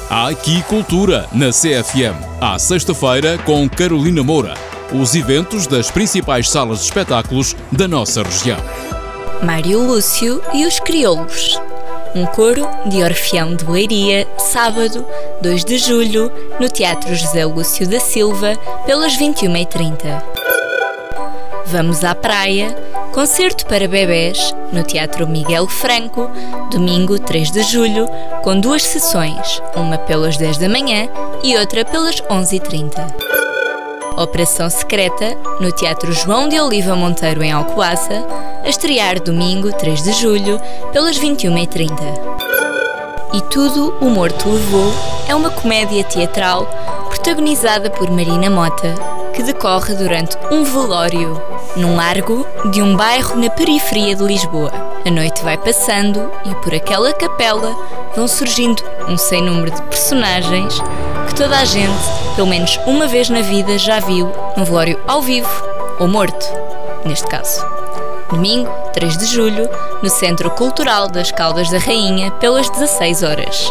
Há aqui cultura na CFM. À sexta-feira com Carolina Moura. Os eventos das principais salas de espetáculos da nossa região. Mário Lúcio e os Crioulos. Um coro de Orfeão de Leiria, sábado, 2 de julho, no Teatro José Lúcio da Silva, pelas 21h30. Vamos à praia. Concerto para bebés, no Teatro Miguel Franco, domingo 3 de julho, com 2 sessões, uma pelas 10 da manhã e outra pelas 11h30. Operação Secreta, no Teatro João de Oliva Monteiro, em Alcoaça, a estrear domingo 3 de julho, pelas 21h30. E Tudo o Morto Levou é uma comédia teatral protagonizada por Marina Mota, que decorre durante um velório num largo de um bairro na periferia de Lisboa. A noite vai passando e por aquela capela vão surgindo um sem número de personagens que toda a gente, pelo menos uma vez na vida, já viu num velório ao vivo ou morto, neste caso. Domingo, 3 de julho, no Centro Cultural das Caldas da Rainha, pelas 16 horas.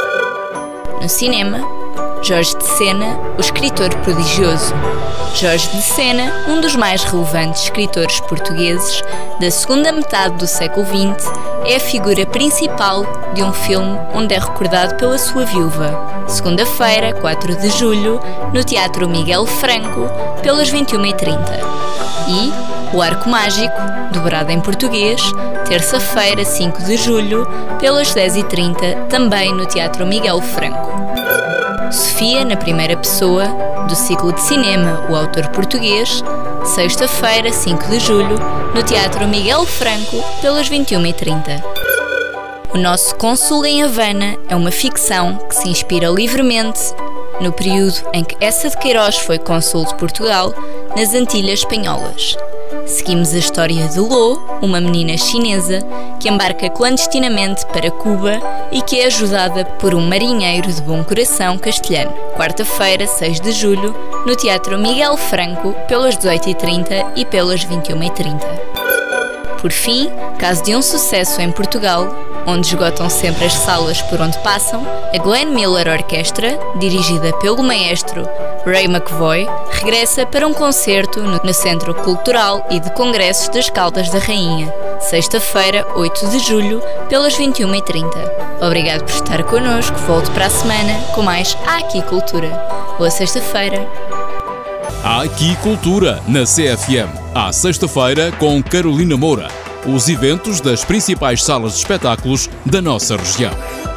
No cinema, Jorge de Sena, o escritor prodigioso. Jorge de Sena, um dos mais relevantes escritores portugueses da segunda metade do século XX, é a figura principal de um filme onde é recordado pela sua viúva. Segunda-feira, 4 de julho, no Teatro Miguel Franco, pelas 21h30. E O Arco Mágico, dobrado em português, terça-feira, 5 de julho, pelas 10h30, também no Teatro Miguel Franco. Sofia, na primeira pessoa, do ciclo de cinema O Autor Português, sexta-feira, 5 de julho, no Teatro Miguel Franco, pelas 21h30. O Nosso Cônsul em Havana é uma ficção que se inspira livremente no período em que Eça de Queiroz foi cônsul de Portugal nas Antilhas Espanholas. Seguimos a história de Lô, uma menina chinesa que embarca clandestinamente para Cuba e que é ajudada por um marinheiro de bom coração castelhano. Quarta-feira, 6 de julho, no Teatro Miguel Franco, pelas 18h30 e pelas 21h30. Por fim, caso de um sucesso em Portugal, onde esgotam sempre as salas por onde passam, a Glenn Miller Orquestra, dirigida pelo maestro Ray McVoy, regressa para um concerto no Centro Cultural e de Congressos das Caldas da Rainha, sexta-feira, 8 de julho, pelas 21h30. Obrigado por estar connosco, volto para a semana com mais Há Aqui Cultura. Boa sexta-feira! Há aqui cultura na CFM. À sexta-feira com Carolina Moura. Os eventos das principais salas de espetáculos da nossa região.